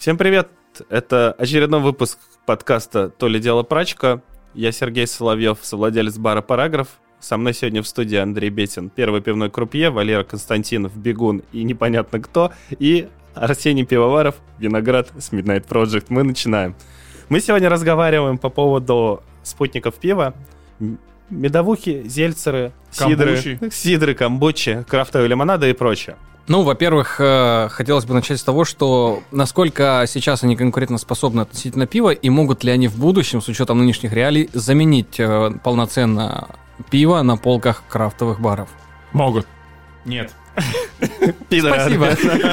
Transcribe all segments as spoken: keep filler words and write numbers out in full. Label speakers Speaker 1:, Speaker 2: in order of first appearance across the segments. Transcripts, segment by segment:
Speaker 1: Всем привет! Это очередной выпуск подкаста «То ли дело прачка». Я Сергей Соловьев, совладелец бара «Параграф». Со мной сегодня в студии Андрей Бетин, первый пивной крупье, Валера Константинов, бегун и непонятно кто, и Арсений Пивоваров, виноград с Midnight Project. Мы начинаем. Мы сегодня разговариваем по поводу спутников пива, медовухи, зельцеры, сидры, сидры, камбучи, крафтовые лимонады и прочее.
Speaker 2: Ну, во-первых, хотелось бы начать с того, что насколько сейчас они конкурентоспособны относительно пива, и могут ли они в будущем, с учетом нынешних реалий, заменить полноценно пиво на полках крафтовых баров?
Speaker 3: Могут.
Speaker 4: Нет.
Speaker 2: Спасибо.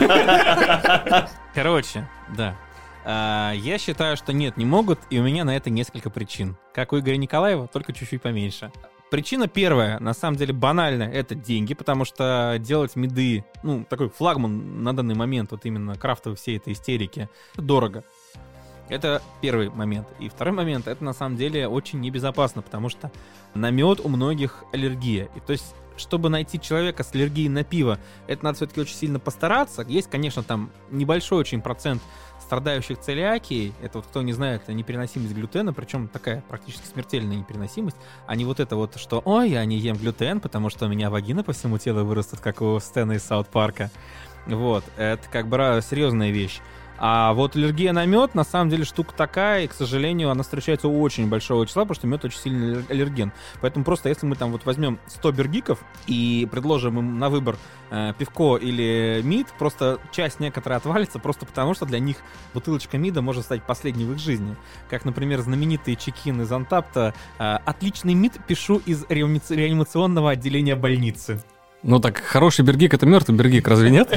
Speaker 4: Короче, да. Я считаю, что нет, не могут, и у меня на это несколько причин. Как у Игоря Николаева, только чуть-чуть поменьше. Причина первая, на самом деле банальная, это деньги, потому что делать миды, ну, такой флагман на данный момент, вот именно крафтовой всей этой истерики, дорого. Это первый момент. И второй момент, это на самом деле очень небезопасно, потому что на мед у многих аллергия. И то есть, чтобы найти человека с аллергией на пиво, это надо все-таки очень сильно постараться. Есть, конечно, там небольшой очень процент страдающих целиакией. Это вот, кто не знает, непереносимость глютена, причем такая практически смертельная непереносимость, а не вот это вот, что «Ой, я не ем глютен, потому что у меня вагина по всему телу вырастет, как у Стэна из Саут Парка». Вот, это как бы серьезная вещь. А вот аллергия на мед, на самом деле, штука такая, и, к сожалению, она встречается у очень большого числа, потому что мед очень сильный аллерген. Поэтому просто если мы там вот возьмем сто бергиков и предложим им на выбор э, пивко или мид, просто часть некоторая отвалится, просто потому что для них бутылочка мида может стать последней в их жизни. Как, например, знаменитые чекин из Антапта э, «Отличный мид пишу из реанимаци- реанимационного отделения больницы».
Speaker 2: Ну так, хороший бергик — это мертвый бергик, разве нет?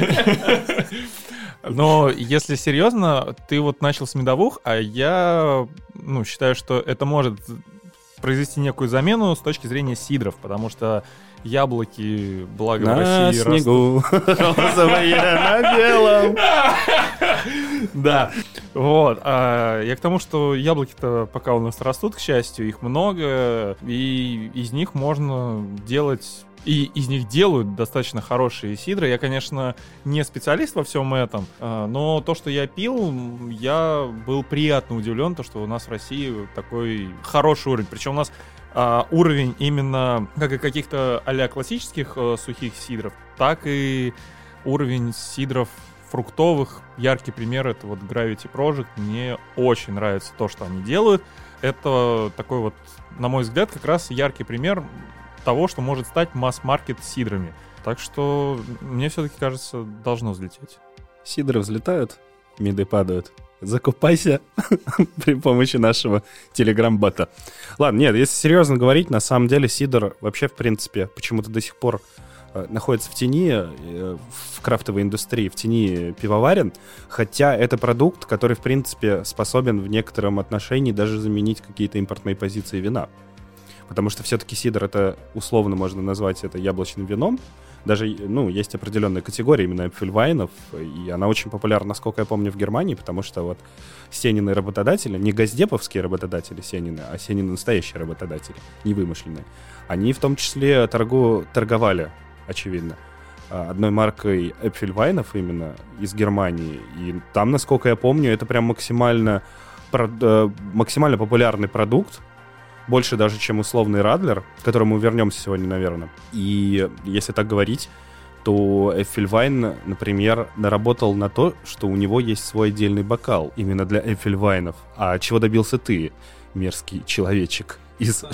Speaker 3: Но если серьезно, ты вот начал с медовух, а я ну, считаю, что это может произвести некую замену с точки зрения сидров, потому что яблоки, благо
Speaker 1: на
Speaker 3: в России
Speaker 1: снегу, розовые на белом.
Speaker 3: Да, вот. А я к тому, что яблоки-то пока у нас растут, к счастью, их много, и из них можно делать... И из них делают достаточно хорошие сидры. Я, конечно, не специалист во всем этом, но то, что я пил, я был приятно удивлен, то, что у нас в России такой хороший уровень. Причем у нас а, уровень именно как и каких-то а-ля классических а, сухих сидров, так и уровень сидров фруктовых. Яркий пример — это вот Gravity Project. Мне очень нравится то, что они делают. Это такой вот, на мой взгляд, как раз яркий пример того, что может стать масс-маркет сидрами. Так что, мне все-таки кажется, должно взлететь.
Speaker 1: Сидры взлетают, миды падают. Закупайся при помощи нашего телеграм-бота. Ладно, нет, если серьезно говорить, на самом деле сидр вообще, в принципе, почему-то до сих пор э, находится в тени, э, в крафтовой индустрии, в тени пивоварен, хотя это продукт, который, в принципе, способен в некотором отношении даже заменить какие-то импортные позиции вина. Потому что все-таки сидр — это, условно можно назвать это яблочным вином. Даже, ну, есть определенная категория именно эпфельвайнов, и она очень популярна, насколько я помню, в Германии, потому что вот Сенины работодатели, не газдеповские работодатели Сенины, а Сенины настоящие работодатели, не вымышленные, они в том числе торгу, торговали, очевидно, одной маркой эпфельвайнов именно из Германии. И там, насколько я помню, это прям максимально, максимально популярный продукт, больше даже, чем условный Радлер, к которому вернемся сегодня, наверное. И если так говорить, то Эффельвайн, например, наработал на то, что у него есть свой отдельный бокал именно для Эффельвайнов. А чего добился ты, мерзкий человечек из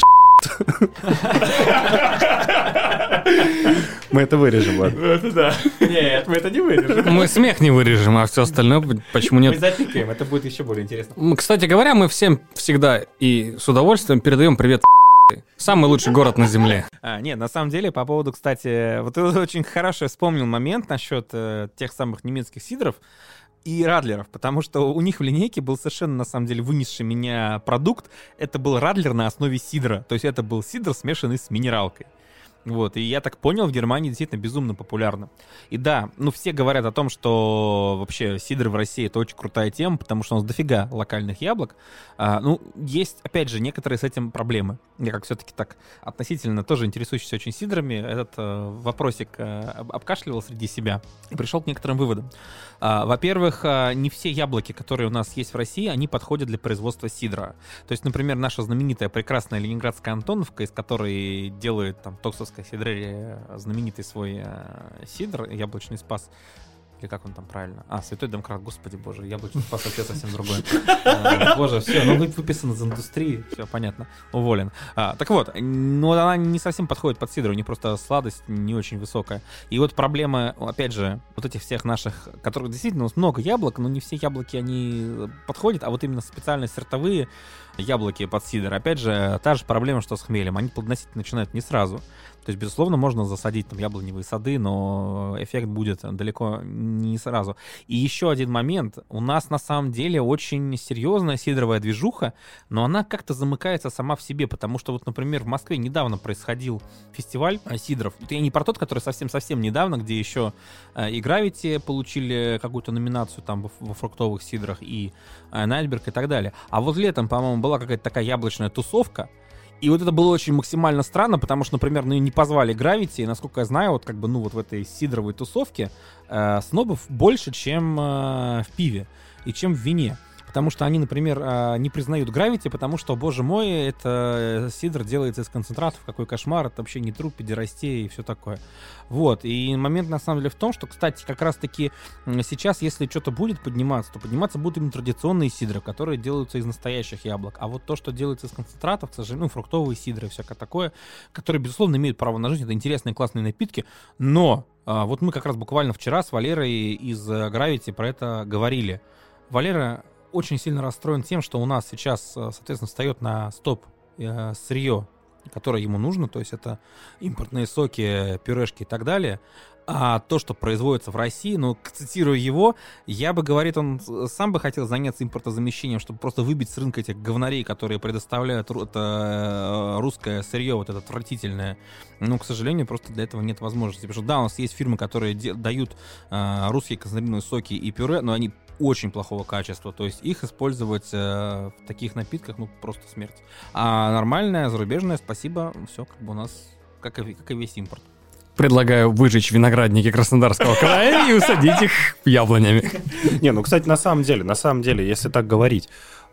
Speaker 1: Мы это вырежем, ладно?
Speaker 4: Это да. Нет, мы это не вырежем.
Speaker 2: Мы смех не вырежем, а все остальное почему нет?
Speaker 4: Мы запикаем, это будет еще более интересно.
Speaker 2: Кстати говоря, мы всем всегда и с удовольствием передаем привет. Самый лучший город на земле.
Speaker 4: А, нет, на самом деле, по поводу, кстати, вот ты очень хорошо вспомнил момент насчет э, тех самых немецких сидров и радлеров, потому что у них в линейке был совершенно, на самом деле, вынесший меня продукт. Это был радлер на основе сидра, то есть это был сидр, смешанный с минералкой. Вот, и я так понял, в Германии действительно безумно популярно. И да, ну все говорят о том, что вообще сидр в России — это очень крутая тема, потому что у нас дофига локальных яблок. А, ну, есть, опять же, некоторые с этим проблемы. Я как все-таки так относительно тоже интересующийся очень сидрами, этот э, вопросик э, обкашливал среди себя и пришел к некоторым выводам. А, во-первых, а, не все яблоки, которые у нас есть в России, они подходят для производства сидра. То есть, например, наша знаменитая прекрасная ленинградская Антоновка, из которой делает там токсовская сидрерия знаменитый свой э, сидр, яблочный спас. Или как он там правильно? А, Святой Домкрат, господи боже, яблочный спас вообще совсем другой. Боже, все, ну выписан из индустрии, все понятно, уволен. Так вот, но она не совсем подходит под сидр, у нее просто сладость не очень высокая. И вот проблема, опять же, вот этих всех наших, которых действительно у нас много яблок, но не все яблоки, они подходят, а вот именно специально сортовые яблоки под сидр. Опять же, та же проблема, что с хмелем, они плодоносить начинают не сразу. То есть, безусловно, можно засадить там яблоневые сады, но эффект будет далеко не сразу. И еще один момент. У нас на самом деле очень серьезная сидровая движуха, но она как-то замыкается сама в себе, потому что вот, например, в Москве недавно происходил фестиваль сидров. Это я не про тот, который совсем-совсем недавно, где еще и Gravity получили какую-то номинацию там во, во фруктовых сидрах, и Нальберг и так далее. А вот летом, по-моему, была какая-то такая яблочная тусовка. И вот это было очень максимально странно, потому что, например, ну, не позвали Gravity, и, насколько я знаю, вот как бы, ну, вот в этой сидровой тусовке э, снобов больше, чем э, в пиве и чем в вине. Потому что они, например, э, не признают Gravity, потому что, боже мой, это сидр делается из концентратов, какой кошмар, это вообще не труп, педерастия и все такое. Вот, и момент на самом деле в том, что, кстати, как раз-таки сейчас, если что-то будет подниматься, то подниматься будут именно традиционные сидры, которые делаются из настоящих яблок. А вот то, что делается из концентратов, к сожалению, ну, фруктовые сидры, всякое такое, которые, безусловно, имеют право на жизнь, это интересные, классные напитки, но а, вот мы как раз буквально вчера с Валерой из Gravity про это говорили. Валера очень сильно расстроен тем, что у нас сейчас, соответственно, встает на стоп э, сырье, которое ему нужно, то есть это импортные соки, пюрешки и так далее. А то, что производится в России, ну, цитирую его, я бы, говорит, он сам бы хотел заняться импортозамещением, чтобы просто выбить с рынка этих говнарей, которые предоставляют это русское сырье, вот это отвратительное. Но, к сожалению, просто для этого нет возможности. Потому что, да, у нас есть фирмы, которые де- дают э, русские концентрированные соки и пюре, но они очень плохого качества, то есть их использовать э, в таких напитках, ну, просто смерть. А нормальное, зарубежное, спасибо, все как бы у нас, как и, как и весь импорт.
Speaker 2: Предлагаю выжечь виноградники Краснодарского края и усадить их яблонями.
Speaker 1: Не, ну, кстати, на самом деле, на самом деле, если так говорить,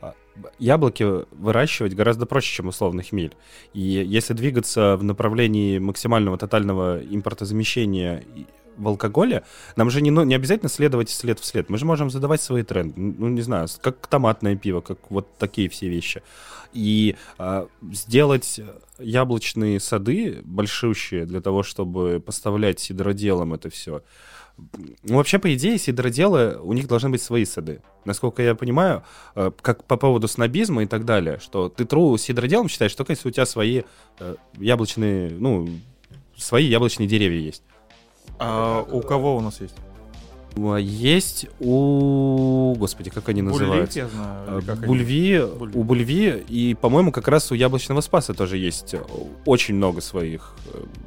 Speaker 1: яблоки выращивать гораздо проще, чем условный хмель. И если двигаться в направлении максимального тотального импортозамещения в алкоголе, нам же не, ну, не обязательно следовать след в след. Мы же можем задавать свои тренды. Ну, не знаю, как томатное пиво, как вот такие все вещи. И а, сделать яблочные сады большущие для того, чтобы поставлять сидроделам это все. Ну, вообще, по идее, сидроделы, у них должны быть свои сады. Насколько я понимаю, как по поводу снобизма и так далее, что ты тру сидроделом считаешь, только если у тебя свои яблочные, ну, свои яблочные деревья есть.
Speaker 3: А у кого у нас есть?
Speaker 1: Есть у... Господи, как они
Speaker 3: Бульви,
Speaker 1: называются?
Speaker 3: я знаю. Как
Speaker 1: Бульви,
Speaker 3: они? Бульви.
Speaker 1: У Бульви, и, по-моему, как раз у Яблочного Спаса тоже есть очень много своих.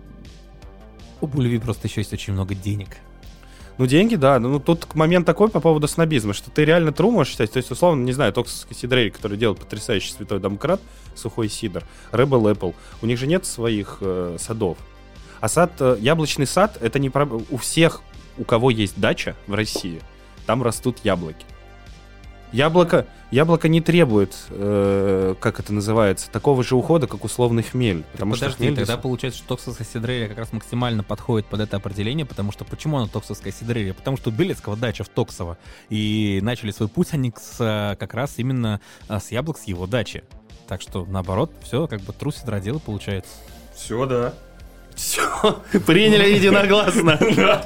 Speaker 4: У Бульви просто еще есть очень много денег.
Speaker 1: Ну, деньги, да. Ну, тут момент такой по поводу снобизма, что ты реально тру можешь считать. То есть, условно, не знаю, токсовский сидрерий, который делает потрясающий Святой Домкрат, сухой сидр, Rebel Apple, у них же нет своих э, садов. А сад, э, яблочный сад, это не про... У всех, у кого есть дача в России, там растут яблоки. Яблоко, яблоко не требует, э, как это называется, такого же ухода, как условный хмель. Потому
Speaker 4: Подожди,
Speaker 1: что хмель
Speaker 4: тогда
Speaker 1: здесь...
Speaker 4: получается, что токсовская сидрерия как раз максимально подходит под это определение, потому что почему она токсовская сидрерия? Потому что у Белецкого дача в Токсово, и начали свой путь они с, как раз именно с яблок с его дачи. Так что, наоборот, все как бы тру сидродела получается.
Speaker 3: Все, да.
Speaker 1: Все, приняли единогласно.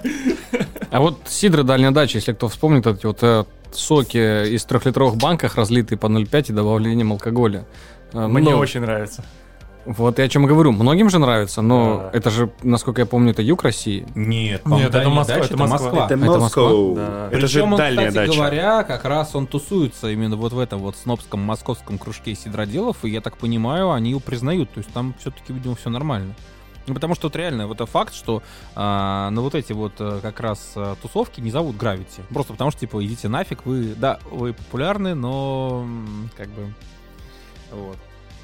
Speaker 2: А вот сидра дальняя дача, если кто вспомнит, эти вот э, соки из трехлитровых банках, разлитые по ноль целых пять и добавлением алкоголя. Э,
Speaker 3: Мне
Speaker 2: ну,
Speaker 3: очень нравится.
Speaker 2: Вот и о чем я говорю. Многим же нравится, но
Speaker 3: Да.
Speaker 2: это же, насколько я помню, это юг России.
Speaker 4: Нет,
Speaker 3: Нет, это Москва, это Москва.
Speaker 1: Это
Speaker 2: Это
Speaker 1: Москва.
Speaker 3: Да.
Speaker 1: Это же
Speaker 4: Причем он,
Speaker 1: дальняя
Speaker 4: кстати
Speaker 1: дача.
Speaker 4: говоря, как раз он тусуется именно вот в этом вот снобском московском кружке сидроделов, и я так понимаю, они его признают, то есть там все-таки, видимо, все нормально. Ну, потому что вот реально, вот это факт, что а, на вот эти вот а, как раз а, тусовки не зовут Gravity. Просто потому что, типа, идите нафиг, вы, да, вы популярны, но как бы, вот.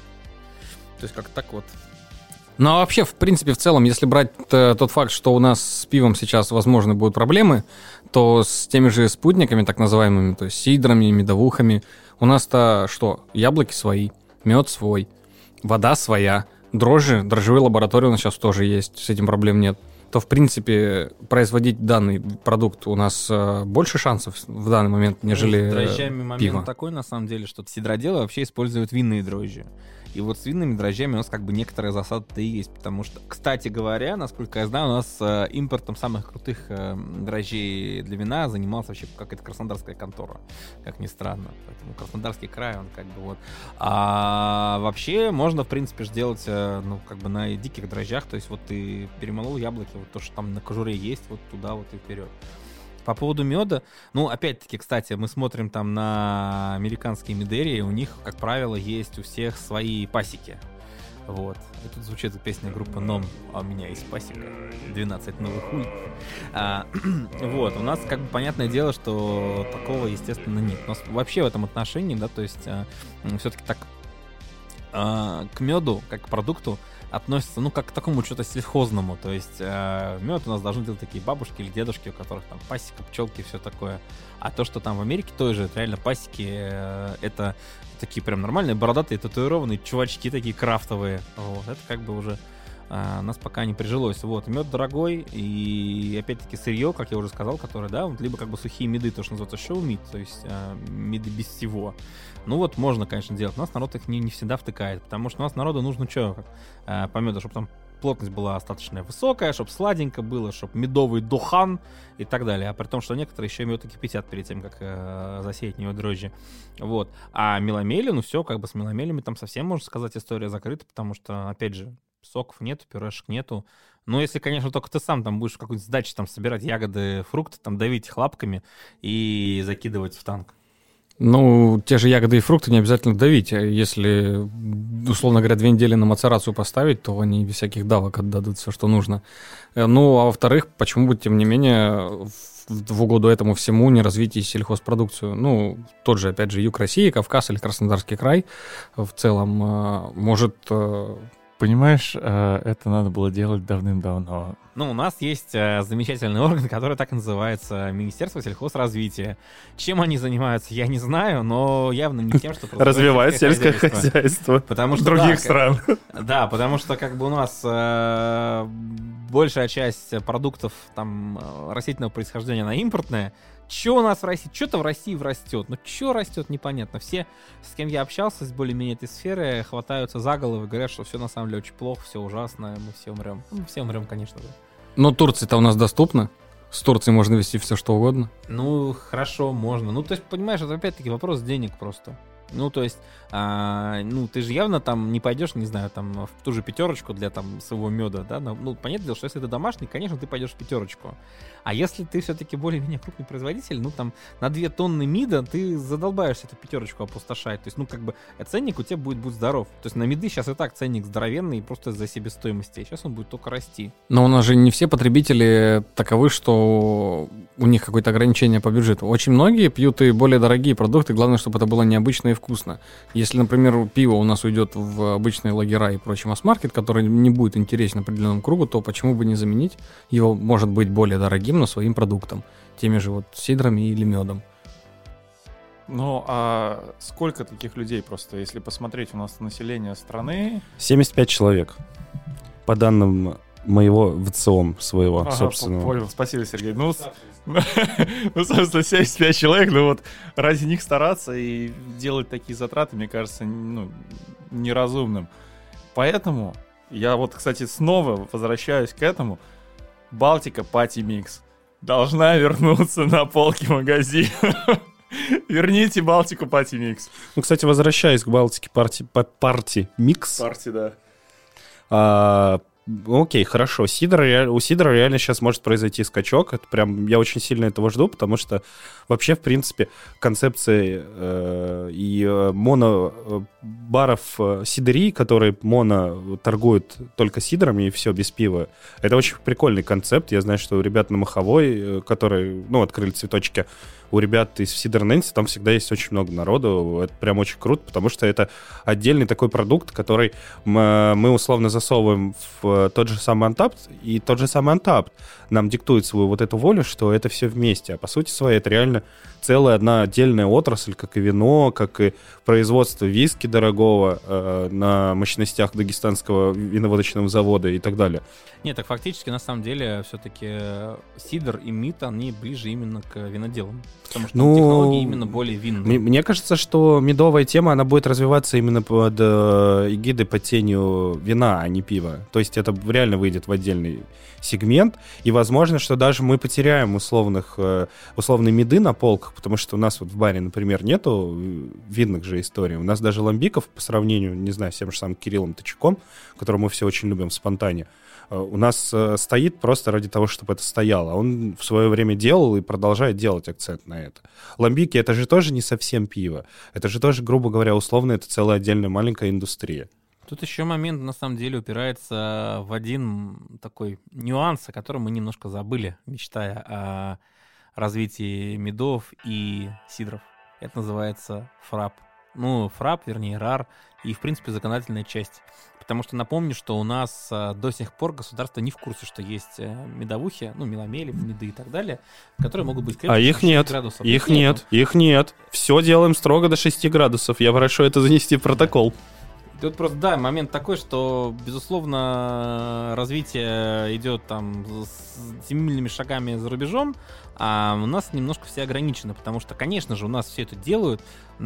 Speaker 4: То есть как так вот.
Speaker 2: Ну, а вообще, в принципе, в целом, если брать э, тот факт, что у нас с пивом сейчас, возможно, будут проблемы, то с теми же спутниками, так называемыми, то есть сидрами, медовухами, у нас-то что? Яблоки свои, мед свой, вода своя. Дрожжи, дрожжевые лаборатории у нас сейчас тоже есть, с этим проблем нет. То, в принципе, производить данный продукт у нас э, больше шансов в данный момент, нежели
Speaker 4: С дрожжами момент
Speaker 2: пиво.
Speaker 4: такой, на самом деле, что сидроделы вообще используют винные дрожжи. И вот с винными дрожжами у нас как бы некоторые засады-то и есть, потому что, кстати говоря, насколько я знаю, у нас э, импортом самых крутых э, дрожжей для вина занималась вообще какая-то краснодарская контора, как ни странно. Поэтому Краснодарский край, он как бы вот. А вообще можно, в принципе, сделать, э, ну, как бы на диких дрожжах, то есть вот ты перемолол яблоки, вот то, что там на кожуре есть, вот туда вот и вперед. По поводу меда, ну, опять-таки, кстати, мы смотрим там на американские медерии, у них, как правило, есть у всех свои пасеки. Вот. И тут звучит песня группы ном, а у меня есть пасека, двенадцать новых улиц. А, вот, у нас, как бы, понятное дело, что такого, естественно, нет. У нас вообще в этом отношении, да, то есть а, все-таки так а, к меду, как к продукту, относится, ну, как к такому что-то сельхозному. То есть э, мед у нас должны делать такие бабушки или дедушки, у которых там пасека, пчелки и все такое. А то, что там в Америке тоже, это реально пасеки, э, это такие прям нормальные, бородатые, татуированные чувачки такие крафтовые. Вот, это как бы уже э, нас пока не прижилось. Вот, мед дорогой, и опять-таки сырье, как я уже сказал, которое, да, вот, либо как бы сухие меды, то, что называется show meat, то есть э, меды без всего. Ну вот можно, конечно, делать. У нас народ их не, не всегда втыкает, потому что у нас народу нужно что, э, по меду, чтобы там плотность была достаточно высокая, чтобы сладенько было, чтобы медовый духан и так далее. А при том, что некоторые еще мед и кипятят перед тем, как э, засеять в него дрожжи. Вот. А меломели, ну все, как бы с меломелями там совсем, можно сказать, история закрыта, потому что, опять же, соков нету, пюрешек нету. Ну, если, конечно, только ты сам там будешь в какой-нибудь сдаче там собирать ягоды, фрукты, там давить их лапками и закидывать в танк.
Speaker 2: Ну, те же ягоды и фрукты не обязательно давить. Если, условно говоря, две недели на мацерацию поставить, то они без всяких давок отдадут все, что нужно. Ну, а во-вторых, почему бы, тем не менее, в угоду этому всему не развить и сельхозпродукцию? Ну, тот же, опять же, юг России, Кавказ или Краснодарский край в целом может...
Speaker 3: Понимаешь, это надо было делать давным-давно.
Speaker 4: Ну, у нас есть э, замечательный орган, который так и называется Министерство сельхозразвития. Чем они занимаются, я не знаю, но явно не тем, что...
Speaker 1: Развивает сельское хозяйство других стран.
Speaker 4: Да, потому что как бы у нас э, большая часть продуктов там растительного происхождения, она импортная. Че у нас в России? Что-то в России растет. Ну, что растет, непонятно. Все, с кем я общался, с более-менее этой сферы, хватаются за голову и говорят, что все на самом деле очень плохо, все ужасно, мы все умрем. Ну, все умрем, конечно же.
Speaker 2: Но Турция-то у нас доступна. С Турцией можно вести все, что угодно.
Speaker 4: Ну, хорошо, можно. Ну, то есть, понимаешь, это опять-таки вопрос денег просто. Ну, то есть, а, ну, ты же явно там не пойдешь, не знаю, там, в ту же пятерочку для там своего меда, да? Ну, понятное дело, что если ты домашний, конечно, ты пойдешь в пятерочку. А если ты все-таки более-менее крупный производитель, ну, там, на две тонны мида ты задолбаешься эту пятерочку опустошать. То есть, ну, как бы, ценник у тебя будет, будет здоров. То есть, на миды сейчас и так ценник здоровенный, просто из-за себестоимости. Сейчас он будет только расти.
Speaker 2: Но у нас же не все потребители таковы, что у них какое-то ограничение по бюджету. Очень многие пьют и более дорогие продукты, главное, чтобы это было необычно и вкусно. Если, например, пиво у нас уйдет в обычные лагеря и прочий масс-маркет, который не будет интересен определенному кругу, то почему бы не заменить его, может быть, более дорогим, но своим продуктом, теми же вот сидрами или медом.
Speaker 3: Ну, а сколько таких людей просто, если посмотреть у нас население страны?
Speaker 1: семьдесят пять человек. По данным моего ВЦИОМ своего,
Speaker 3: ага,
Speaker 1: собственного.
Speaker 3: Понял, спасибо, Сергей. Ну, ну, собственно, семьдесят пять человек, ну вот ради них стараться и делать такие затраты, мне кажется, ну, неразумным. Поэтому я вот, кстати, снова возвращаюсь к этому. Балтика Пати Микс должна вернуться на полки магазина. Верните Балтику Пати Микс.
Speaker 1: Ну, кстати, возвращаясь к Балтике Парти, Парти Микс.
Speaker 3: Парти, да.
Speaker 1: А, окей, хорошо. Сидор, у Сидора реально сейчас может произойти скачок. Это прям, я очень сильно этого жду, потому что вообще, в принципе, концепции э, и моно баров э, сидерий, которые моно торгуют только сидрами и все, без пива. Это очень прикольный концепт. Я знаю, что у ребят на Маховой, которые, ну, открыли цветочки, у ребят из Сидер Нэнси там всегда есть очень много народу. Это прям очень круто, потому что это отдельный такой продукт, который мы, мы условно засовываем в тот же самый Untappd, и тот же самый Untappd нам диктует свою вот эту волю, что это все вместе. А по сути своей это реально целая одна отдельная отрасль, как и вино, как и производство виски дорогого э, на мощностях дагестанского виноводочного завода и так далее.
Speaker 4: Нет, так фактически, на самом деле, все-таки сидр и мид, они ближе именно к виноделам. Потому что
Speaker 1: Ну,
Speaker 4: технологии именно более винные.
Speaker 1: Мне, мне кажется, что медовая тема, она будет развиваться именно под э, эгидой, под тенью вина, а не пива. То есть это реально выйдет в отдельный сегмент, и возможно, что даже мы потеряем условных, э, условные меды на полках, потому что у нас вот в баре, например, нету винных же историй. У нас даже ламбиков по сравнению, не знаю, с тем же самым Кириллом Тычаком, которого мы все очень любим в Спонтане, у нас э, стоит просто ради того, чтобы это стояло. Он в свое время делал и продолжает делать акцент на это. Ламбики — это же тоже не совсем пиво. Это же тоже, грубо говоря, условно, это целая отдельная маленькая индустрия.
Speaker 4: Тут еще момент, на самом деле, упирается в один такой нюанс, о котором мы немножко забыли, мечтая о развитии медов и сидров. Это называется фрап. Ну, фрап, вернее, рар, и, в принципе, законодательная часть. Потому что напомню, что у нас а, до сих пор государство не в курсе, что есть а, медовухи, ну, меломели, меды и так далее, которые могут быть крепкими.
Speaker 1: А их нет,
Speaker 4: градусов.
Speaker 1: их нет, их нет. Все делаем строго до шести градусов. Я прошу это занести в протокол.
Speaker 4: Тут просто, да, момент такой, что, безусловно, развитие идет там с семимильными шагами за рубежом, а у нас немножко все ограничено, потому что, конечно же, у нас все это делают,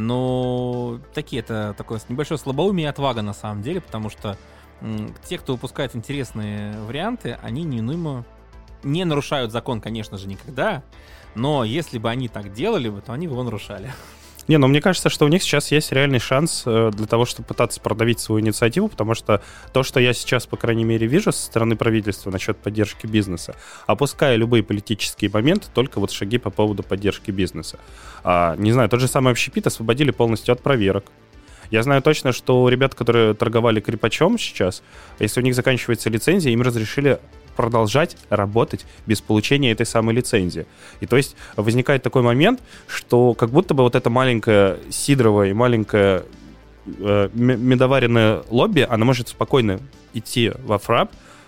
Speaker 4: но такие, это такое небольшое слабоумие и отвага на самом деле, потому что м, те, кто выпускает интересные варианты, они неминуемо не нарушают закон, конечно же, никогда, но если бы они так делали бы, то они бы его нарушали.
Speaker 1: Не, ну мне кажется, что у них сейчас есть реальный шанс э, для того, чтобы пытаться продавить свою инициативу, потому что то, что я сейчас, по крайней мере, вижу со стороны правительства насчет поддержки бизнеса, опуская любые политические моменты, только вот шаги по поводу поддержки бизнеса. А, не знаю, тот же самый общепит освободили полностью от проверок. Я знаю точно, что ребят, которые торговали крепачом сейчас, если у них заканчивается лицензия, им разрешили продолжать работать без получения этой самой лицензии. И то есть возникает такой момент, что как будто бы вот эта маленькая сидровая и маленькая э, медоваренное лобби, она может спокойно идти во фрап,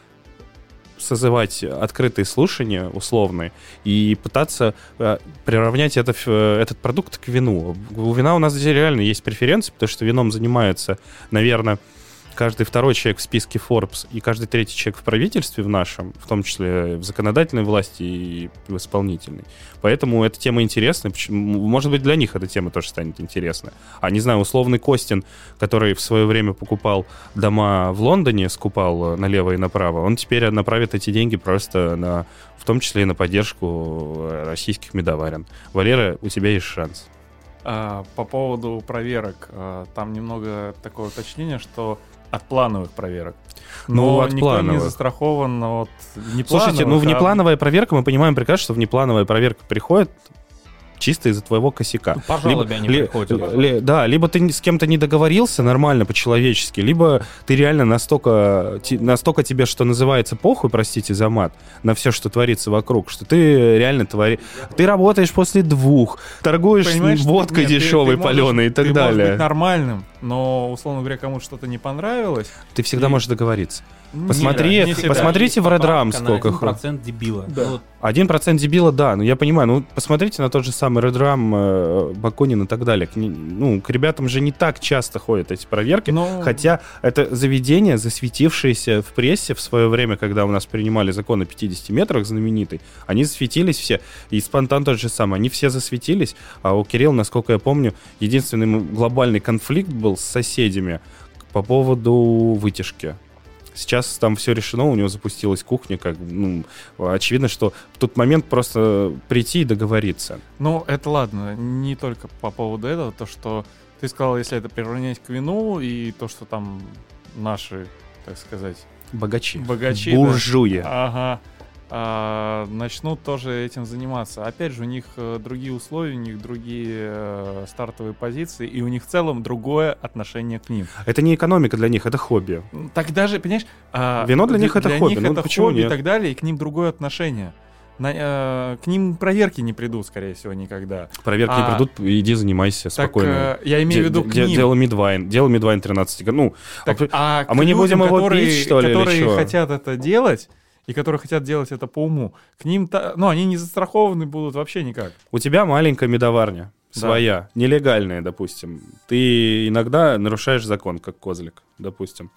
Speaker 1: созывать открытые слушания условные и пытаться э, приравнять это, э, этот продукт к вину. У вина у нас здесь реально есть преференции, потому что вином занимается, наверное, каждый второй человек в списке Forbes и каждый третий человек в правительстве в нашем, в том числе в законодательной власти и в исполнительной. Поэтому эта тема интересна. Может быть, для них эта тема тоже станет интересна. А, не знаю, условный Костин, который в свое время покупал дома в Лондоне, скупал налево и направо, он теперь направит эти деньги просто на, в том числе и на поддержку российских медоварен. Валера, у тебя есть шанс.
Speaker 3: А, по поводу проверок, а, там немного такое уточнение, что от плановых проверок. Но
Speaker 1: Ну, от
Speaker 3: никто
Speaker 1: плановых.
Speaker 3: не застрахован от неплановых.
Speaker 1: Слушайте, ну
Speaker 3: а-
Speaker 1: внеплановая проверка, мы понимаем прекрасно, что внеплановая проверка приходит чисто из-за твоего косяка.
Speaker 4: По жалобе они
Speaker 1: ли-
Speaker 4: приходят.
Speaker 1: ли- да, либо ты с кем-то не договорился нормально, по-человечески, либо ты реально настолько, ти- настолько тебе, что называется, похуй, простите за мат, на все, что творится вокруг, что ты реально твори... Ты работаешь после двух, торгуешь
Speaker 3: Понимаешь,
Speaker 1: водкой
Speaker 3: нет, ты-
Speaker 1: дешевой,
Speaker 3: ты можешь-
Speaker 1: паленой и так
Speaker 3: ты
Speaker 1: далее.
Speaker 3: можешь быть нормальным, но, условно говоря, кому-то что-то не понравилось.
Speaker 1: Ты всегда
Speaker 3: и-
Speaker 1: можешь договориться.
Speaker 3: Не,
Speaker 1: Посмотри,
Speaker 3: не всегда.
Speaker 1: посмотрите в Red Ram сколько...
Speaker 4: один процент дебила.
Speaker 3: Да.
Speaker 4: Ну, вот
Speaker 1: Один процент дебила, да, ну я понимаю, ну посмотрите на тот же самый Red Ram, э, Бакунин и так далее. К, не- ну, к ребятам же не так часто ходят эти проверки,
Speaker 3: Но-
Speaker 1: хотя это заведение, засветившееся в прессе в свое время, когда у нас принимали закон о пятидесяти метрах знаменитый, они засветились все, и Спонтан тот же самый, они все засветились, а у Кирилла, насколько я помню, единственный глобальный конфликт был с соседями по поводу вытяжки. Сейчас там все решено, у него запустилась кухня, как, ну, очевидно, что в тот момент просто прийти и договориться.
Speaker 3: Ну, это ладно, не только по поводу этого, то, что ты сказал, если это приравнять к вину, и то, что там наши, так сказать,
Speaker 1: Богачи.
Speaker 3: богачи, да.
Speaker 1: Буржуи.
Speaker 3: Ага. а, начнут тоже этим заниматься. Опять же, у них э, другие условия, у них другие э, стартовые позиции, и у них в целом другое отношение к ним.
Speaker 1: Это не экономика для них, это хобби.
Speaker 3: Так даже, понимаешь... а,
Speaker 1: Вино для них это
Speaker 3: для
Speaker 1: хобби,
Speaker 3: них
Speaker 1: ну
Speaker 3: это
Speaker 1: почему
Speaker 3: хобби
Speaker 1: нет?
Speaker 3: и так далее, и к ним другое отношение. На, э, к ним проверки не придут, скорее всего, никогда.
Speaker 1: Проверки
Speaker 3: А,
Speaker 1: не придут, иди занимайся
Speaker 3: Так,
Speaker 1: спокойно.
Speaker 3: э, я имею в виду к ним.
Speaker 1: Дело Мидвайн, дело Мидвайн тринадцать. Ну,
Speaker 3: Так,
Speaker 1: а,
Speaker 3: а
Speaker 1: а мы не
Speaker 3: людям,
Speaker 1: будем его
Speaker 3: которые,
Speaker 1: пить, что ли, или
Speaker 3: которые
Speaker 1: чё?
Speaker 3: хотят это делать, и которые хотят делать это по уму, к ним, ну, они не застрахованы будут вообще никак.
Speaker 1: У тебя маленькая медоварня,
Speaker 3: Да.
Speaker 1: своя, нелегальная, допустим. Ты иногда нарушаешь закон, как козлик, допустим.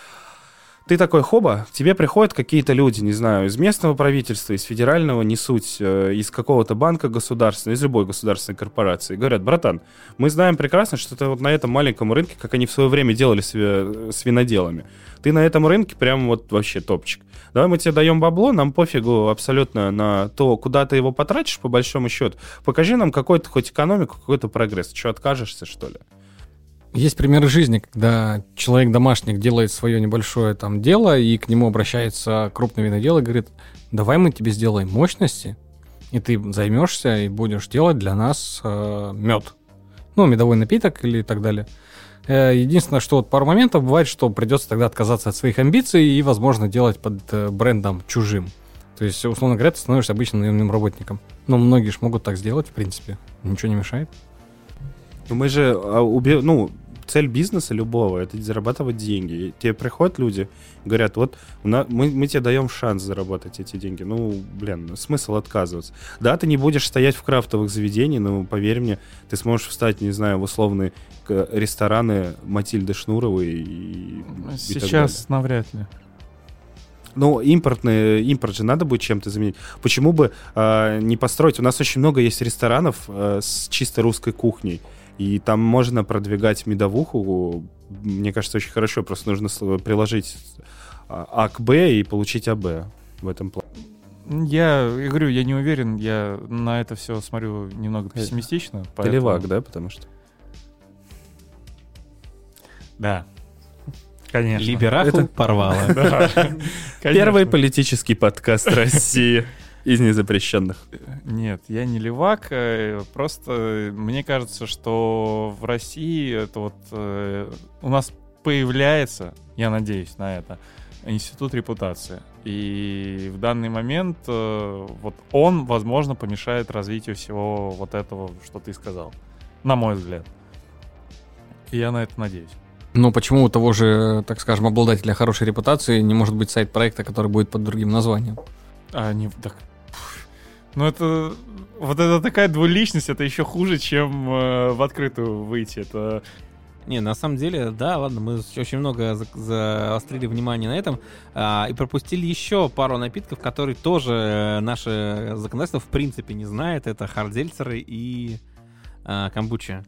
Speaker 1: Ты такой, хоба, к тебе приходят какие-то люди, не знаю, из местного правительства, из федерального, не суть, э, из какого-то банка государственного, из любой государственной корпорации. Говорят, братан, мы знаем прекрасно, что ты вот на этом маленьком рынке, как они в свое время делали с, ви- с виноделами, ты на этом рынке прям вот вообще топчик. Давай мы тебе даем бабло, нам пофигу абсолютно на то, куда ты его потратишь, по большому счету. Покажи нам какой-то хоть экономику, какой-то прогресс. Что, откажешься, что ли?
Speaker 2: Есть примеры жизни, когда человек-домашник делает свое небольшое там дело, и к нему обращается крупный винодел и говорит, давай мы тебе сделаем мощности, и ты займешься и будешь делать для нас э, мед. Ну, медовой напиток или так далее. Э, единственное, что вот пару моментов бывает, что придется тогда отказаться от своих амбиций и, возможно, делать под э, брендом чужим. То есть, условно говоря, ты становишься обычным наемным работником. Но многие же могут так сделать, в принципе. Ничего не мешает.
Speaker 1: Ну, мы же, а, уби- ну, цель бизнеса любого — это зарабатывать деньги. И тебе приходят люди, говорят, вот у нас, мы, мы тебе даем шанс заработать эти деньги. Ну, блин, смысл отказываться. Да, ты не будешь стоять в крафтовых заведениях, но, поверь мне, ты сможешь встать, не знаю, в условные к- рестораны Матильды Шнуровой и, и так далее.
Speaker 3: Сейчас навряд ли.
Speaker 1: Ну, импортный, импорт же надо будет чем-то заменить. Почему бы э, не построить? У нас очень много есть ресторанов э, с чисто русской кухней, и там можно продвигать медовуху, мне кажется, очень хорошо. Просто нужно с- приложить А к Б и получить АБ в этом плане.
Speaker 3: Я, я говорю, я не уверен, я на это все смотрю немного пессимистично.
Speaker 1: Ты
Speaker 3: поэтому-
Speaker 1: левак, да, потому что...
Speaker 3: Да. Конечно.
Speaker 4: Либераху
Speaker 1: Это-
Speaker 4: порвало.
Speaker 3: Да.
Speaker 1: Первый
Speaker 3: Конечно.
Speaker 1: политический подкаст России из незапрещенных.
Speaker 3: Нет, я не левак, э, просто мне кажется, что в России это вот э, у нас появляется, я надеюсь на это, институт репутации. И в данный момент э, вот он, возможно, помешает развитию всего вот этого, что ты сказал, на мой взгляд. И я на это надеюсь.
Speaker 2: Но почему у того же, так скажем, обладателя хорошей репутации не может быть сайт проекта, который будет под другим названием?
Speaker 3: А не так. пф. Ну это вот это такая двуличность, это еще хуже, чем э, в открытую выйти. Это
Speaker 4: Не, на самом деле, да, ладно, мы очень много за- заострили внимание на этом а, и пропустили еще пару напитков, которые тоже э, наше законодательство в принципе не знает. Это хардзельцеры и а, камбуча.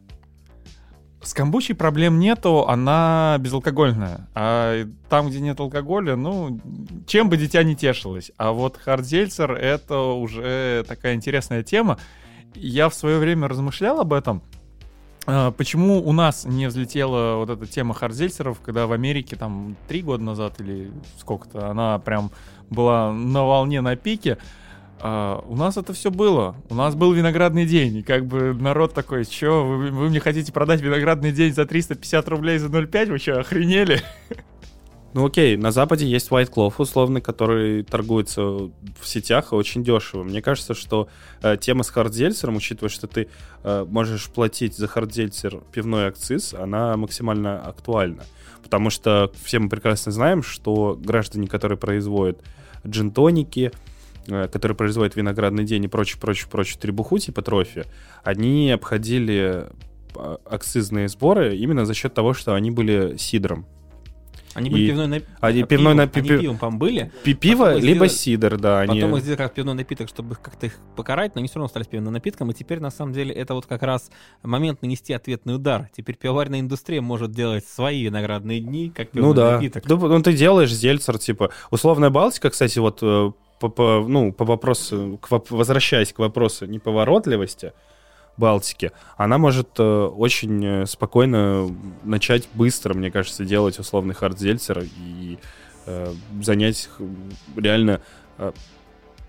Speaker 3: с камбучей проблем нету, она безалкогольная. А там, где нет алкоголя, ну, чем бы дитя не тешилось. А вот хардзельцер — это уже такая интересная тема. Я в свое время размышлял об этом. А, Почему у нас не взлетела вот эта тема хардзельцеров, когда в Америке там три года назад или сколько-то она прям была на волне, на пике. А, у нас это все было. У нас был виноградный день. И как бы народ такой, чё, вы, вы мне хотите продать виноградный день за триста пятьдесят рублей за ноль пять? Вы что, охренели?
Speaker 1: Ну окей, на Западе есть White Cloth условный, который торгуется в сетях и очень дешево. Мне кажется, что э, тема с хардзельцером, учитывая, что ты э, можешь платить за хардзельцер пивной акциз, она максимально актуальна. Потому что все мы прекрасно знаем, что граждане, которые производят джин-тоники, э, которые производят виноградный день и прочую-прочую-прочую требуху типа трофи, они обходили э, акцизные сборы именно за счет того, что они были сидром.
Speaker 4: Они были
Speaker 1: И-
Speaker 4: пивной напиток.
Speaker 1: они пивной напи-
Speaker 4: Они
Speaker 1: пи-
Speaker 4: пивом, по-моему, были.
Speaker 1: Пи- Пиво,
Speaker 4: Потом их
Speaker 1: либо
Speaker 4: сделали-
Speaker 1: сидр, да. Они...
Speaker 4: Потом их сделали как пивной напиток, чтобы их как-то их покарать, но они все равно стали пивным напитком. И теперь, на самом деле, это вот как раз момент нанести ответный удар. Теперь пивоварная индустрия может делать свои виноградные дни, как пивной
Speaker 1: Ну да.
Speaker 4: напиток.
Speaker 1: Ну, ну, ты делаешь зельцер, типа. Условная Балтика, кстати, вот э, по, по- ну, по вопросу, к воп- возвращаясь к вопросу неповоротливости Балтики, она может э, очень э, спокойно начать быстро, мне кажется, делать условный хардзельцер и э, занять х- реально э,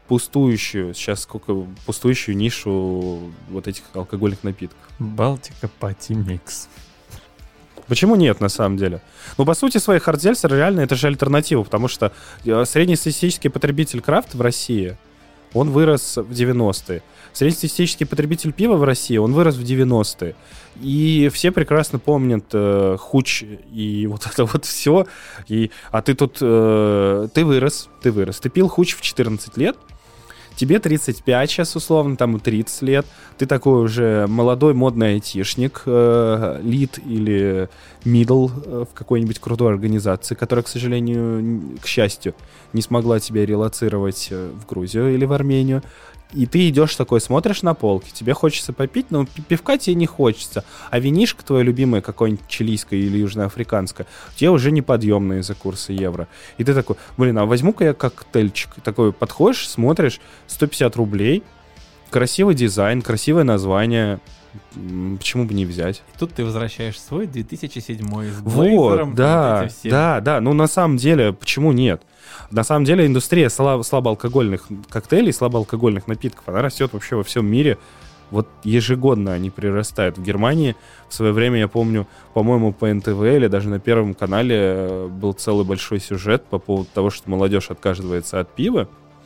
Speaker 1: пустующую, сейчас сколько, пустующую нишу вот этих алкогольных напитков.
Speaker 3: Балтика Пати Микс.
Speaker 1: Почему нет, на самом деле? Ну, по сути, свои хардзельцеры реально это же альтернатива, потому что среднестатистический потребитель крафта в России, он вырос в девяностые. Среднестатистический потребитель пива в России, он вырос в девяностые. И все прекрасно помнят э, хуч и вот это вот все. И, а ты тут, э, ты вырос, ты вырос. Ты пил хуч в четырнадцать лет, тебе тридцать пять сейчас условно, там тридцать лет. Ты такой уже молодой модный айтишник, э, лид или мидл э, в какой-нибудь крутой организации, которая, к сожалению, к счастью, не смогла тебя релоцировать в Грузию или в Армению. И ты идешь такой, смотришь на полки, тебе хочется попить, но пивка тебе не хочется. А винишко твое любимое, какое-нибудь чилийское или южноафриканское, тебе уже неподъемное из-за курса евро. И ты такой, блин, а возьму-ка я коктейльчик. Такой подходишь, смотришь, сто пятьдесят рублей, красивый дизайн, красивое название. Почему бы не взять?
Speaker 4: И тут ты возвращаешь свой две тысячи седьмой с
Speaker 1: вот,
Speaker 4: блейзером.
Speaker 1: да,
Speaker 4: вот все.
Speaker 1: да, да. Ну, на самом деле, почему нет? На самом деле, индустрия слабо, слабоалкогольных коктейлей, слабоалкогольных напитков, она растет вообще во всем мире. Вот ежегодно они прирастают. В Германии в свое время, я помню, по-моему, по эн тэ вэ или даже на Первом канале был целый большой сюжет по поводу того, что молодежь отказывается от пива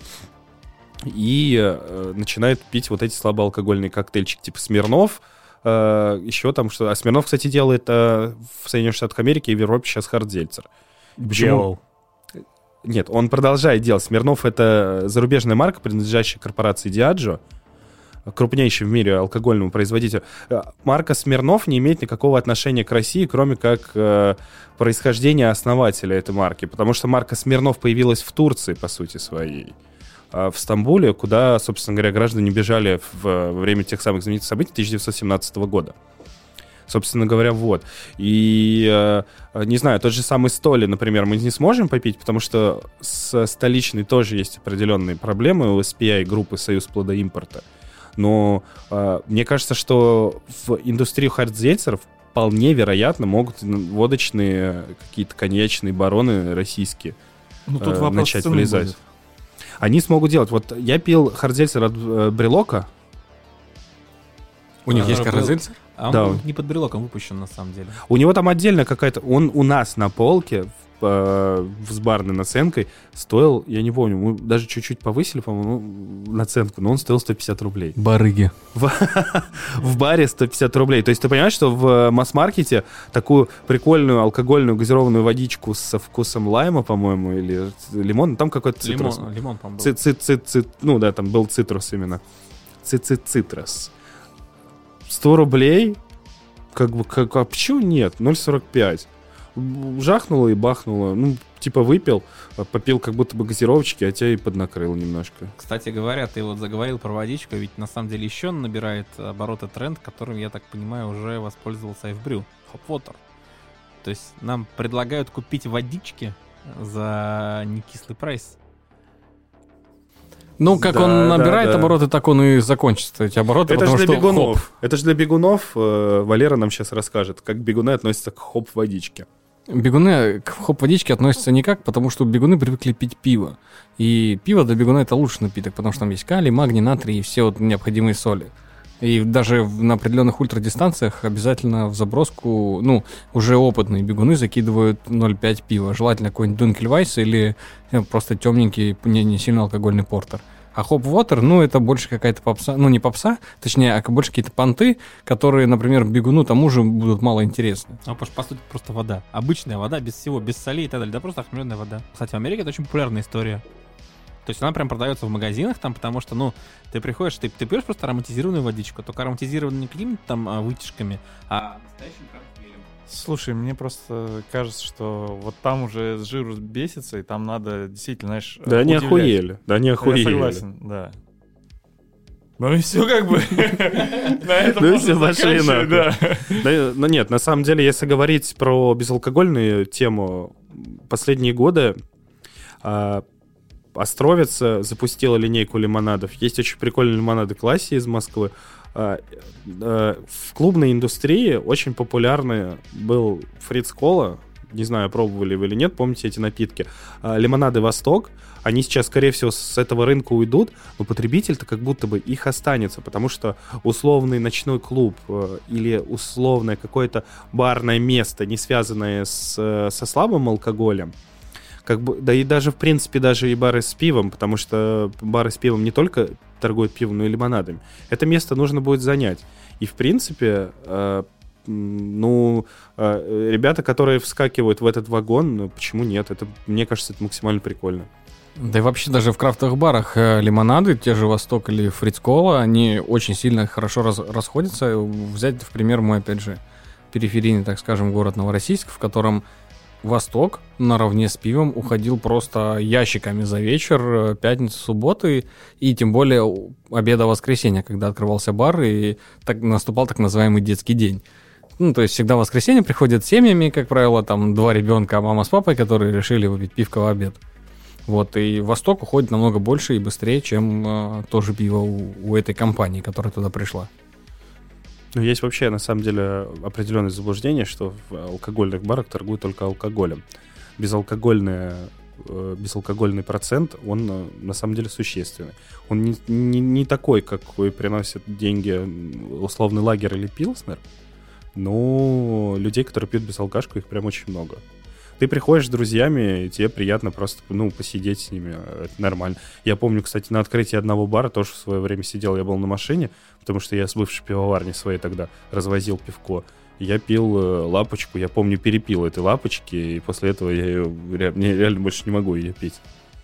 Speaker 1: и э, начинает пить вот эти слабоалкогольные коктейльчики, типа Смирнов, э, еще там что. А Смирнов, кстати, делает э, в Соединенных Штатах Америки и в Европе сейчас хардзельцер.
Speaker 3: Делал.
Speaker 1: Нет, он продолжает делать. Смирнов — это зарубежная марка, принадлежащая корпорации Diageo, крупнейший в мире алкогольному производителю. Марка Смирнов не имеет никакого отношения к России, кроме как э, происхождения основателя этой марки, потому что марка Смирнов появилась в Турции, по сути своей, э, в Стамбуле, куда, собственно говоря, граждане бежали в, во время тех самых знаменитых событий тысяча девятьсот семнадцатого года. Собственно говоря, вот. И, э, не знаю, тот же самый Столи, например, мы не сможем попить, потому что с столичной тоже есть определенные проблемы у эс пи ай группы «Союз плодоимпорта». Но э, мне кажется, что в индустрию хардзельцеров вполне вероятно могут водочные какие-то коньячные бароны российские
Speaker 3: Ну, тут
Speaker 1: э,
Speaker 3: вопрос
Speaker 1: начать
Speaker 3: цены
Speaker 1: влезать.
Speaker 3: будет.
Speaker 1: Они смогут делать. Вот я пил хардзельцер от э, Брелока.
Speaker 2: У них
Speaker 4: А,
Speaker 2: есть
Speaker 4: был-
Speaker 2: хардзельцер?
Speaker 4: А он
Speaker 1: Да.
Speaker 4: был не под брелоком выпущен, на самом деле.
Speaker 1: У него там отдельно какая-то... Он у нас на полке в, э, с барной наценкой стоил, я не помню, мы даже чуть-чуть повысили, по-моему, ну, наценку, но он стоил сто пятьдесят рублей.
Speaker 2: Барыги.
Speaker 1: В, в баре сто пятьдесят рублей. То есть ты понимаешь, что в масс-маркете такую прикольную алкогольную газированную водичку со вкусом лайма, по-моему, или лимона, там какой-то цитрус.
Speaker 4: Лимон, лимон, по-моему, был.
Speaker 1: Ци- ци- ци- ци- ну да, там был цитрус именно. Ци-ци-цитрус. сто рублей? Как бы, как, а почему нет? ноль сорок пять. Жахнуло и бахнуло. Ну, типа выпил, попил как будто бы газировочки, а тебя и поднакрыл немножко.
Speaker 4: Кстати говоря, ты вот заговорил про водичку, ведь на самом деле еще набирает обороты тренд, которым, я так понимаю, уже воспользовался Айфбрю. Hop Water. То есть нам предлагают купить водички за некислый прайс.
Speaker 2: Ну, как
Speaker 1: Да,
Speaker 2: он
Speaker 1: да,
Speaker 2: набирает
Speaker 1: да.
Speaker 2: обороты, так он и закончится эти обороты,
Speaker 1: Это же
Speaker 2: потому
Speaker 1: для
Speaker 2: что
Speaker 1: бегунов.
Speaker 2: хоп.
Speaker 1: Это же для бегунов. Э, Валера нам сейчас расскажет, как бегуны относятся к хоп-водичке.
Speaker 2: Бегуны к хоп-водичке относятся никак, потому что бегуны привыкли пить пиво. И пиво для бегуна — это лучший напиток, потому что там есть калий, магний, натрий и все вот необходимые соли. И даже в- на определенных ультрадистанциях обязательно в заброску, ну, уже опытные бегуны закидывают ноль целых пять пива. Желательно какой-нибудь Дункельвайс или э, просто темненький, не, не сильно алкогольный портер. А хоп-вотер, ну, это больше какая-то попса, ну, не попса, точнее, а больше какие-то понты, которые, например, бегуну тому же будут мало интересны.
Speaker 4: А по, по сути просто вода. Обычная вода, без всего, без солей и так далее. Да просто охмеленная вода. Кстати, в Америке это очень популярная история. То есть она прям продается в магазинах там, потому что, ну, ты приходишь, ты, ты пьешь просто ароматизированную водичку, только ароматизированную не какими-то там а, вытяжками, а настоящим коктейлем.
Speaker 3: Слушай, мне просто кажется, что вот там уже с жиру бесится, и там надо действительно, знаешь,
Speaker 1: Да они
Speaker 3: удивлять.
Speaker 1: охуели. Да они
Speaker 3: Я
Speaker 1: охуели.
Speaker 3: согласен, да. Ну и все как бы. На этом
Speaker 1: Ну и
Speaker 3: можно
Speaker 1: всё, пошли
Speaker 3: заканчивать,
Speaker 1: нахуй.
Speaker 3: да.
Speaker 1: Да, ну нет, на самом деле, если говорить про безалкогольную тему, последние годы а, Островец запустила линейку лимонадов. Есть очень прикольные лимонады Класси из Москвы. А, а, в клубной индустрии очень популярный был Фриц Кола, не знаю, пробовали вы или нет, помните эти напитки, лимонады «Восток», они сейчас, скорее всего, с этого рынка уйдут, но потребитель-то как будто бы их останется, потому что условный ночной клуб или условное какое-то барное место, не связанное с, со слабым алкоголем, как бы, да и даже, в принципе, даже и бары с пивом, потому что бары с пивом не только торгуют пивом, но и лимонадами. Это место нужно будет занять. И, в принципе, э, ну, э, ребята, которые вскакивают в этот вагон, ну, почему нет? Это, мне кажется, это максимально прикольно.
Speaker 2: Да и вообще даже в крафтовых барах э, лимонады, те же «Восток» или «Фриц-кола», они очень сильно хорошо раз, расходятся. Взять, в пример, мой, опять же, периферийный, так скажем, город Новороссийск, в котором «Восток» наравне с пивом уходил просто ящиками за вечер, пятницы, субботы, и тем более обеда воскресенья, когда открывался бар, и так, наступал так называемый детский день. Ну, то есть всегда в воскресенье приходят семьями, как правило, там два ребенка, мама с папой, которые решили выпить пивко в обед. Вот, и «Восток» уходит намного больше и быстрее, чем э, тоже пиво у, у этой компании, которая туда пришла.
Speaker 1: Ну, есть вообще, на самом деле, определенное заблуждение, что в алкогольных барах торгуют только алкоголем. Безалкогольный, э, безалкогольный процент, он на самом деле существенный. Он не, не, не такой, какой приносит деньги условный лагерь или пилснер, но людей, которые пьют безалкашку, их прям очень много. Ты приходишь с друзьями, и тебе приятно просто, ну, посидеть с ними, это нормально. Я помню, кстати, на открытии одного бара тоже в свое время сидел, я был на машине, потому что я с бывшей пивоварни своей тогда развозил пивко. Я пил э, лапочку, я помню, перепил этой лапочки, и после этого я ее ре- реально больше не могу ее пить.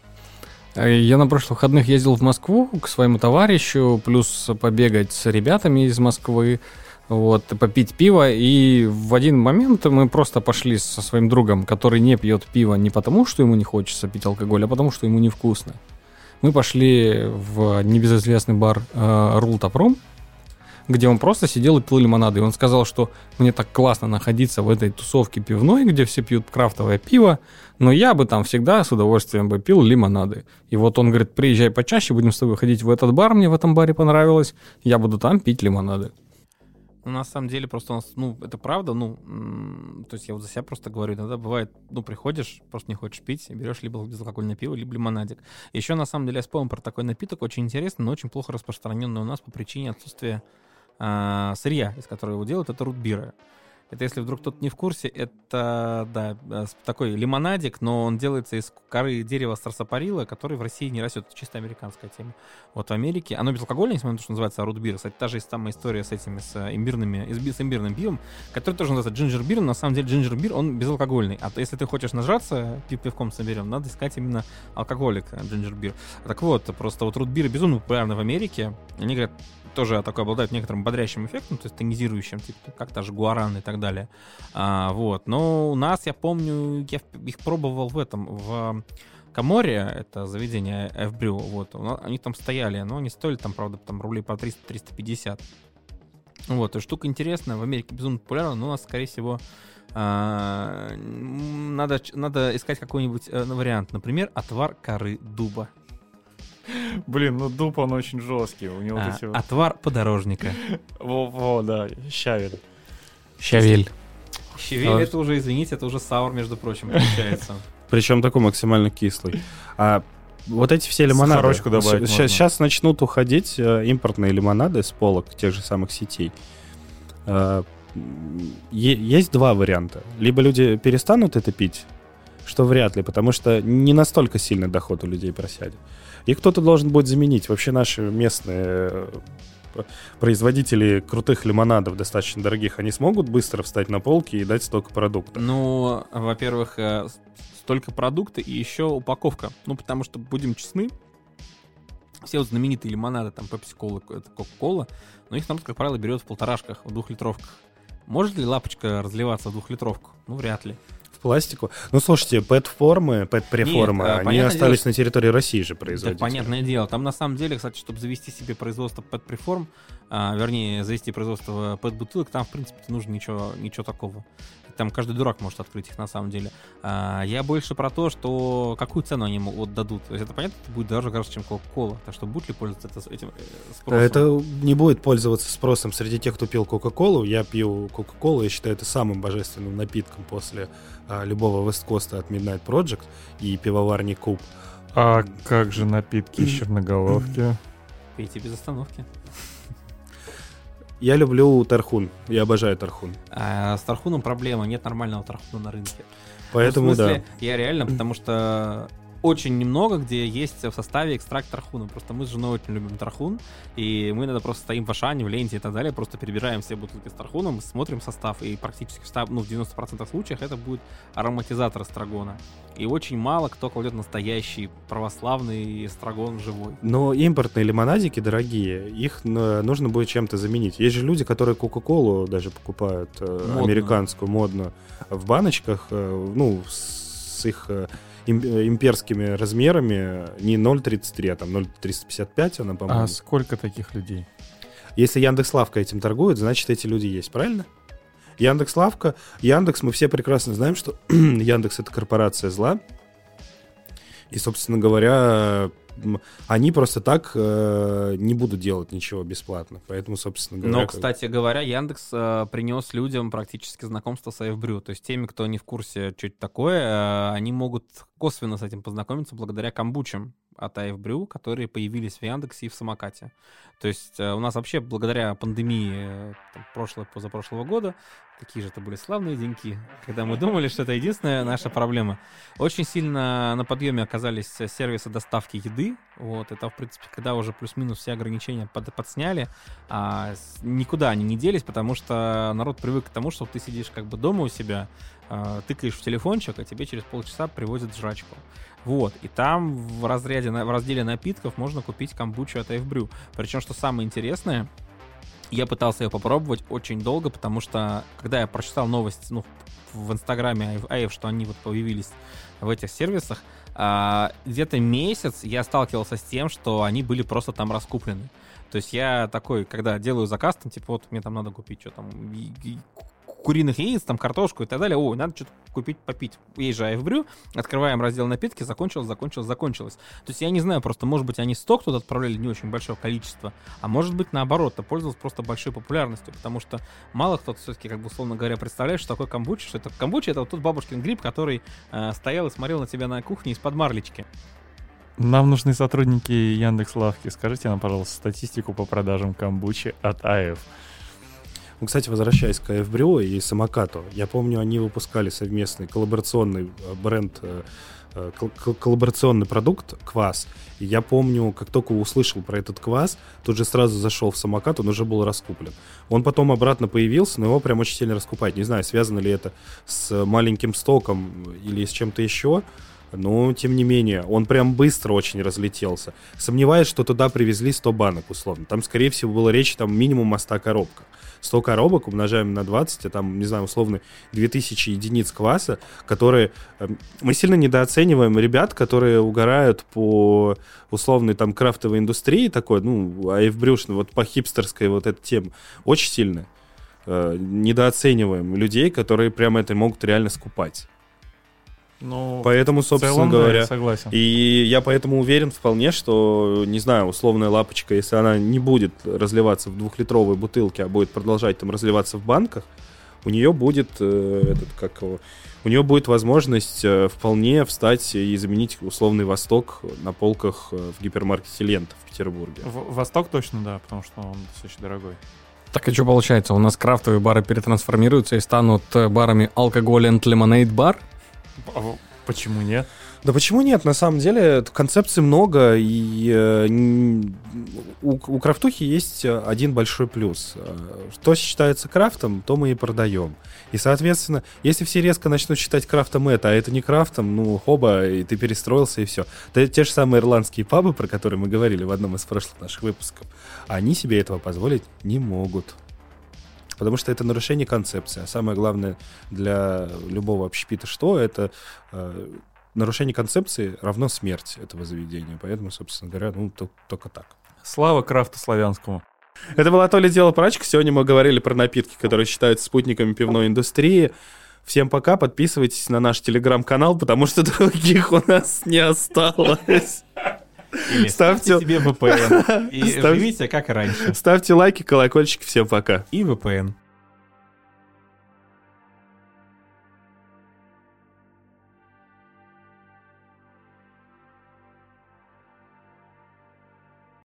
Speaker 2: Я на прошлых выходных ездил в Москву к своему товарищу, плюс побегать с ребятами из Москвы, вот, попить пиво, и в один момент мы просто пошли со своим другом, который не пьет пиво не потому, что ему не хочется пить алкоголь, а потому, что ему невкусно. Мы пошли в небезызвестный бар э, Рултопром, где он просто сидел и пил лимонады. И он сказал, что мне так классно находиться в этой тусовке пивной, где все пьют крафтовое пиво, но я бы там всегда с удовольствием бы пил лимонады. И вот он говорит, приезжай почаще, будем с тобой ходить в этот бар, мне в этом баре понравилось, я буду там пить лимонады.
Speaker 4: Ну, на самом деле, просто у нас, ну, это правда, ну, м- то есть я вот за себя просто говорю, иногда бывает, ну, приходишь, просто не хочешь пить, берешь либо безалкогольное пиво, либо лимонадик. Еще, на самом деле, я вспомнил про такой напиток, очень интересный, но очень плохо распространенный у нас по причине отсутствия а, сырья, из которого его делают, это рутбиры. Это, если вдруг кто-то не в курсе, это, да, такой лимонадик, но он делается из коры дерева сарсапарилла, который в России не растет. Это чисто американская тема. Вот в Америке, оно безалкогольное, несмотря на то, что называется рутбир. Кстати, та же самая история с этими, с имбирными, с имбирным пивом, который тоже называется джинджер-бир, но на самом деле джинджер-бир, он безалкогольный. А то, если ты хочешь нажраться, пив пивком соберем, надо искать именно алкоголик джинджер-бир. Так вот, просто вот рутбиры безумно популярны в Америке. Они говорят, тоже такой обладают некоторым бодрящим эффектом, то есть тонизирующим, типа, как та же гуаран и так далее. А, вот. Но у нас, я помню, я их пробовал в этом, в Каморе, это заведение F-Brew, вот, они там стояли, но они стоили там, правда, там рублей по триста - триста пятьдесят. Вот, и штука интересная, в Америке безумно популярна, но у нас, скорее всего, а, надо, надо искать какой-нибудь а, вариант, например, отвар коры дуба.
Speaker 3: Блин, ну дуб, он очень жесткий. У него
Speaker 4: А,
Speaker 3: вот эти вот...
Speaker 4: Отвар подорожника.
Speaker 3: Во-во, да, щавель.
Speaker 2: Щавель.
Speaker 4: Щавель,
Speaker 1: А-
Speaker 4: это уже, извините, это уже саур, между прочим, получается.
Speaker 1: Причем такой максимально кислый. А вот эти все лимонады...
Speaker 3: Сахарочку добавить можно.
Speaker 1: Сейчас начнут уходить э, импортные лимонады с полок тех же самых сетей. Э, е- есть два варианта. Либо люди перестанут это пить, что вряд ли, потому что не настолько сильный доход у людей просядет. И кто-то должен будет заменить. Вообще наши местные э, производители крутых лимонадов, достаточно дорогих, они смогут быстро встать на полки и дать столько продуктов?
Speaker 4: Ну, во-первых, э, столько продукта и еще упаковка. Ну, потому что, будем честны, все вот знаменитые лимонады, там, Пепси-кола, Кока-кола, но их народ, как правило, берет в полторашках, в двухлитровках. Может ли лапочка разливаться в двухлитровку? Ну, вряд ли.
Speaker 1: В пластику? Ну, слушайте, пэт-формы, пэт-преформы,
Speaker 4: Нет, а,
Speaker 1: они
Speaker 4: понятное
Speaker 1: остались
Speaker 4: дело,
Speaker 1: на территории России же
Speaker 4: Так,
Speaker 1: производить.
Speaker 4: понятное дело. Там, на самом деле, кстати, чтобы завести себе производство пэт-преформ, а, вернее, завести производство пэт-бутылок, там, в принципе, не нужно ничего, ничего такого. Там каждый дурак может открыть их, на самом деле. А, я больше про то, что какую цену они вот дадут. То есть это, понятно, это будет дороже гораздо, чем Кока-кола. Так что будет ли пользоваться это, этим э, спросом?
Speaker 1: Это не будет пользоваться спросом среди тех, кто пил Кока-колу. Я пью Кока-колу, я считаю это самым божественным напитком после а, любого Весткоста от Midnight Project и пивоварни Куб.
Speaker 3: А как же напитки из Черноголовки?
Speaker 4: Пейте без остановки.
Speaker 1: Я люблю тархун, я обожаю тархун.
Speaker 4: А с тархуном проблема, нет нормального тархуна на рынке.
Speaker 1: Поэтому,
Speaker 4: ну, в смысле,
Speaker 1: да.
Speaker 4: Я реально, потому что очень немного, где есть в составе экстракт тархуна. Просто мы с женой очень любим тархун, и мы иногда просто стоим в Ашане, в ленте и так далее, просто перебираем все бутылки с тархуном, смотрим состав, и практически в, ну, в девяноста процентах случаев это будет ароматизатор эстрагона. И очень мало кто кладет настоящий православный эстрагон живой.
Speaker 1: Но импортные лимонадики дорогие, их э, нужно будет чем-то заменить. Есть же люди, которые Кока-Колу даже покупают, э,
Speaker 4: Модно.
Speaker 1: американскую, модно, в баночках, э, ну, с их э, им, имперскими размерами, не ноль целых тридцать три, а там ноль целых триста пятьдесят пять она, по-моему.
Speaker 3: А сколько таких людей?
Speaker 1: Если Яндекс.Лавка этим торгует, значит, эти люди есть, правильно? Яндекс.Лавка, Яндекс, мы все прекрасно знаем, что Яндекс — это корпорация зла. И, собственно говоря, они просто так э, не будут делать ничего бесплатно. Поэтому, собственно говоря...
Speaker 4: Но, кстати говоря, Яндекс э, принес людям практически знакомство с AFBrew. То есть теми, кто не в курсе, что это такое, э, они могут косвенно с этим познакомиться благодаря камбучам от AFBrew, которые появились в Яндексе и в самокате. То есть э, у нас вообще благодаря пандемии э, там, прошлого, позапрошлого года, какие же это были славные деньки, когда мы думали, что это единственная наша проблема. Очень сильно на подъеме оказались сервисы доставки еды. Вот, это, в принципе, когда уже плюс-минус все ограничения под, подсняли, а никуда они не делись, потому что народ привык к тому, что ты сидишь как бы дома у себя, э, тыкаешь в телефончик, а тебе через полчаса привозят жрачку. Вот, и там в разряде, в разделе напитков можно купить камбучу от AFBrew. Причем, что самое интересное, я пытался ее попробовать очень долго, потому что, когда я прочитал новость, ну, в инстаграме АЭФ, что они вот появились в этих сервисах, а, где-то месяц я сталкивался с тем, что они были просто там раскуплены. То есть я такой, когда делаю заказ, там, типа, вот мне там надо купить, что там, и, и, куриных яиц, там, картошку и так далее. О, надо что-то купить, попить. Есть же AFBrew. Открываем раздел напитки, закончилось, закончилось, закончилось. То есть я не знаю, просто, может быть, они сток туда отправляли не очень большое количество, а может быть, наоборот, это пользовалось просто большой популярностью, потому что мало кто все-таки, как бы, условно говоря, представляет, что такое камбуча, что это камбуча, это вот тот бабушкин гриб, который э, стоял и смотрел на тебя на кухне из-под марлечки.
Speaker 3: Нам нужны сотрудники Яндекс.Лавки. Скажите нам, пожалуйста, статистику по продажам камбучи от АЭФ.
Speaker 1: Ну, кстати, возвращаясь к AFBrew и самокату, я помню, они выпускали совместный коллаборационный бренд, коллаборационный продукт, квас. И я помню, как только услышал про этот квас, тут же сразу зашел в самокат, он уже был раскуплен. Он потом обратно появился, но его прям очень сильно раскупать. Не знаю, связано ли это с маленьким стоком или с чем-то еще, но, тем не менее, он прям быстро очень разлетелся. Сомневаюсь, что туда привезли сто банок, условно. Там, скорее всего, было речь там минимум о ста коробках. сто коробок умножаем на двадцать, а там, не знаю, условно, две тысячи единиц кваса, которые... Мы сильно недооцениваем ребят, которые угорают по условной там крафтовой индустрии такой, ну, AFBrew, вот по хипстерской вот этой теме. Очень сильно недооцениваем людей, которые прямо это могут реально скупать.
Speaker 3: Ну,
Speaker 1: поэтому, собственно
Speaker 3: целом,
Speaker 1: говоря,
Speaker 3: да, я согласен.
Speaker 1: И я поэтому уверен вполне, что, не знаю, условная лапочка, если она не будет разливаться в двухлитровой бутылке, а будет продолжать там разливаться в банках, у нее будет э, этот, как его, у нее будет возможность э, вполне встать и заменить условный Восток на полках э, в гипермаркете Лента в Петербурге.
Speaker 3: В- Восток точно, да, потому что он достаточно дорогой.
Speaker 2: Так и что получается? У нас крафтовые бары перетрансформируются и станут барами алкоголь and lemonade бар?
Speaker 3: Почему нет?
Speaker 1: Да почему нет? На самом деле концепций много, и э, у, у крафтухи есть один большой плюс. Что считается крафтом, то мы и продаем. И, соответственно, если все резко начнут считать крафтом это, а это не крафтом, ну, хоба, и ты перестроился, и все. Да, те же самые ирландские пабы, про которые мы говорили в одном из прошлых наших выпусков, они себе этого позволить не могут. Потому что это нарушение концепции. А самое главное для любого общепита, что это э, нарушение концепции равно смерть этого заведения. Поэтому, собственно говоря, ну, то, только так.
Speaker 3: Слава крафту славянскому.
Speaker 1: Это была то ли дело прачка. Сегодня мы говорили про напитки, которые считаются спутниками пивной индустрии. Всем пока, подписывайтесь на наш телеграм-канал, потому что других у нас не осталось.
Speaker 4: Или ставьте себе ви пи эн и
Speaker 1: Ставь...
Speaker 4: живите как раньше.
Speaker 1: Ставьте лайки, колокольчики. Всем пока.
Speaker 4: И ви пи эн.